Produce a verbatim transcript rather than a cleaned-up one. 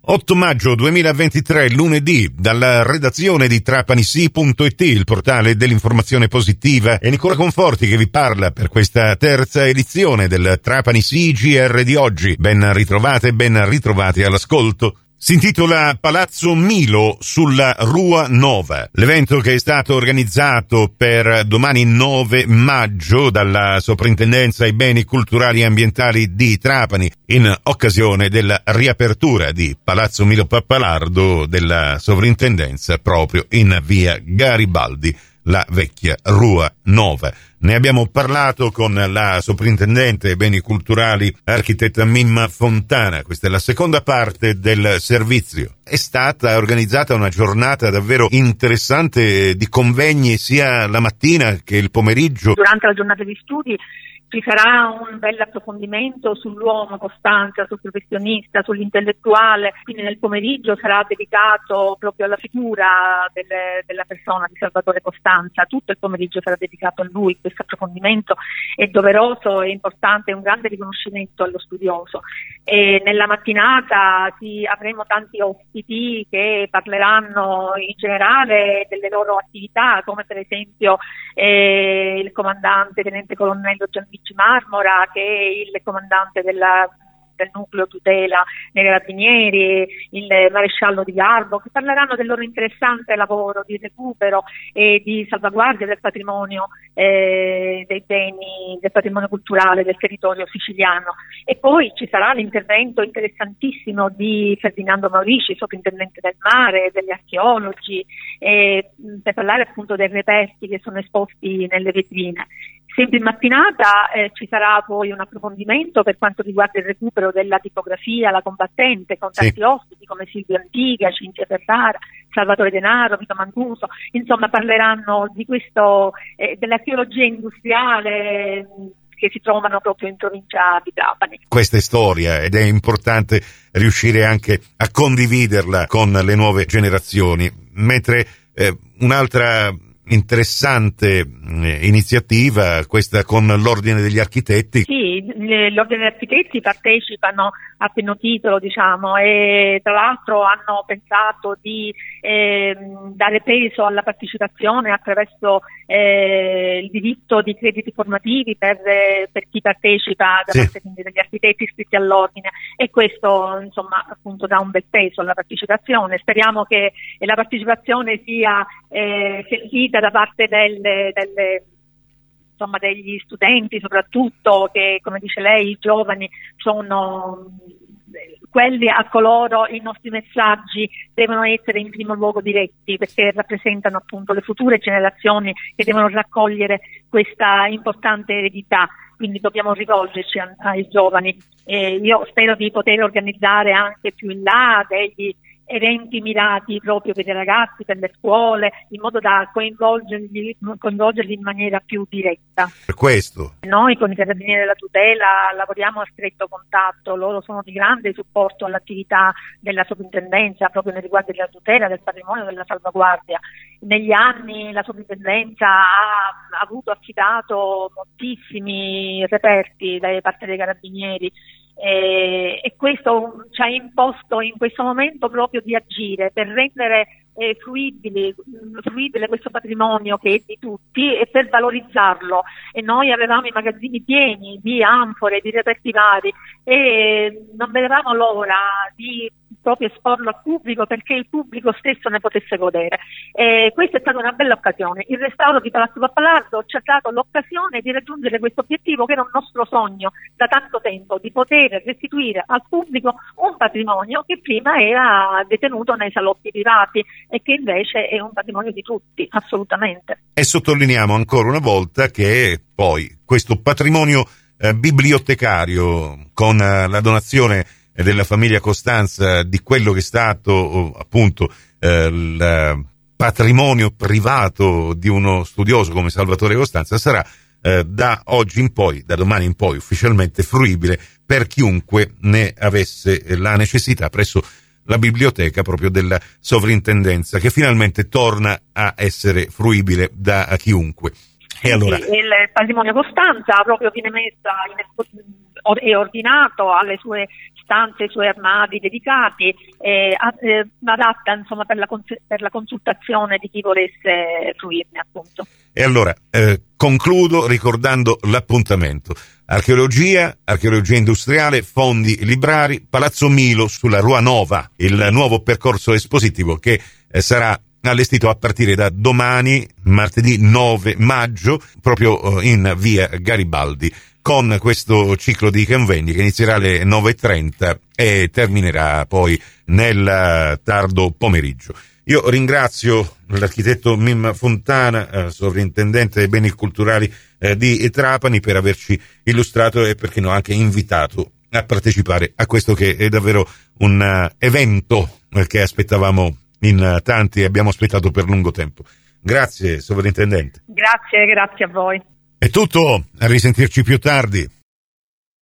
otto maggio duemilaventitré, lunedì, dalla redazione di trapanisi punto it, il portale dell'informazione positiva, è Nicola Conforti che vi parla per questa terza edizione del Trapanisi G R di oggi. Ben ritrovate e ben ritrovati all'ascolto. Si intitola Palazzo Milo sulla Rua Nova, l'evento che è stato organizzato per domani nove maggio dalla Soprintendenza ai Beni Culturali e Ambientali di Trapani in occasione della riapertura di Palazzo Milo Pappalardo della Sovrintendenza proprio in via Garibaldi, la vecchia Rua Nova. Ne abbiamo parlato con la soprintendente ai beni culturali, architetta Mimma Fontana. Questa è la seconda parte del servizio. È stata organizzata una giornata davvero interessante di convegni sia la mattina che il pomeriggio. Durante la giornata di studi ci sarà un bel approfondimento sull'uomo Costanza, sul professionista, sull'intellettuale, quindi nel pomeriggio sarà dedicato proprio alla figura delle, della persona di Salvatore Costanza. Tutto il pomeriggio sarà dedicato a lui. Questo approfondimento è doveroso, è importante, è un grande riconoscimento allo studioso. E nella mattinata sì, avremo tanti ospiti che parleranno in generale delle loro attività, come per esempio eh, il comandante tenente colonnello Gianluigi Marmora, che è il comandante della del nucleo tutela nei Carabinieri, il maresciallo di Garbo, che parleranno del loro interessante lavoro di recupero e di salvaguardia del patrimonio eh, dei beni, del patrimonio culturale del territorio siciliano. E poi ci sarà l'intervento interessantissimo di Ferdinando Maurici, soprintendente del mare, degli archeologi, eh, per parlare appunto dei reperti che sono esposti nelle vetrine. Sempre in mattinata eh, ci sarà poi un approfondimento per quanto riguarda il recupero della tipografia La Combattente, con tanti sì. ospiti come Silvio Antiga, Cinzia Ferrara, Salvatore Denaro, Vito Mancuso. Insomma, parleranno di questo, eh, dell'archeologia industriale che si trovano proprio in provincia di Trapani. Questa è storia ed è importante riuscire anche a condividerla con le nuove generazioni, mentre eh, un'altra interessante eh, iniziativa, questa con l'Ordine degli Architetti. Sì, l'Ordine degli Architetti partecipano a pieno titolo, diciamo, e tra l'altro hanno pensato di eh, dare peso alla partecipazione attraverso eh, il diritto di crediti formativi per, eh, per chi partecipa da sì. parte quindi degli architetti iscritti all'Ordine, e questo insomma appunto dà un bel peso alla partecipazione. Speriamo che la partecipazione sia eh, sentita da parte delle, delle insomma degli studenti, soprattutto che, come dice lei, i giovani sono quelli a coloro i nostri messaggi devono essere in primo luogo diretti, perché rappresentano appunto le future generazioni che devono raccogliere questa importante eredità. Quindi dobbiamo rivolgerci a, ai giovani. E io spero di poter organizzare anche più in là degli eventi mirati proprio per i ragazzi, per le scuole, in modo da coinvolgerli, coinvolgerli in maniera più diretta. Per questo noi con i Carabinieri della Tutela lavoriamo a stretto contatto, loro sono di grande supporto all'attività della Soprintendenza proprio nei riguardi della tutela del patrimonio e della salvaguardia. Negli anni la Soprintendenza ha, ha avuto affidato moltissimi reperti da parte dei Carabinieri, Eh, e questo ci ha imposto in questo momento proprio di agire per rendere eh, fruibili, fruibile questo patrimonio che è di tutti e per valorizzarlo. E noi avevamo i magazzini pieni di anfore, di reperti vari, e non vedevamo l'ora di proprio esporlo al pubblico perché il pubblico stesso ne potesse godere. E questa è stata una bella occasione. Il restauro di Palazzo Pappalardo ci ha dato l'occasione di raggiungere questo obiettivo che era un nostro sogno da tanto tempo, di poter restituire al pubblico un patrimonio che prima era detenuto nei salotti privati e che invece è un patrimonio di tutti, assolutamente. E sottolineiamo ancora una volta che poi questo patrimonio eh, bibliotecario con eh, la donazione della famiglia Costanza di quello che è stato appunto eh, il patrimonio privato di uno studioso come Salvatore Costanza sarà eh, da oggi in poi, da domani in poi ufficialmente fruibile per chiunque ne avesse la necessità presso la biblioteca proprio della sovrintendenza, che finalmente torna a essere fruibile da chiunque. E allora? Sì, il patrimonio Costanza proprio viene messa in, è ordinato alle sue stanze, ai suoi armadi dedicati, eh, eh, adatta insomma per la, per la consultazione di chi volesse fruirne, appunto. E allora eh, concludo ricordando l'appuntamento: archeologia, archeologia industriale, fondi librari, Palazzo Milo sulla Rua Nova, il nuovo percorso espositivo che eh, sarà allestito a partire da domani, martedì nove maggio, proprio in via Garibaldi, con questo ciclo di convegni che inizierà alle nove e trenta e terminerà poi nel tardo pomeriggio. Io ringrazio l'architetto Mimma Fontana, eh, sovrintendente dei beni culturali eh, di Trapani, per averci illustrato e perché no anche invitato a partecipare a questo che è davvero un uh, evento eh, che aspettavamo in tanti e abbiamo aspettato per lungo tempo. Grazie, sovrintendente. Grazie, grazie a voi. È tutto, a risentirci più tardi.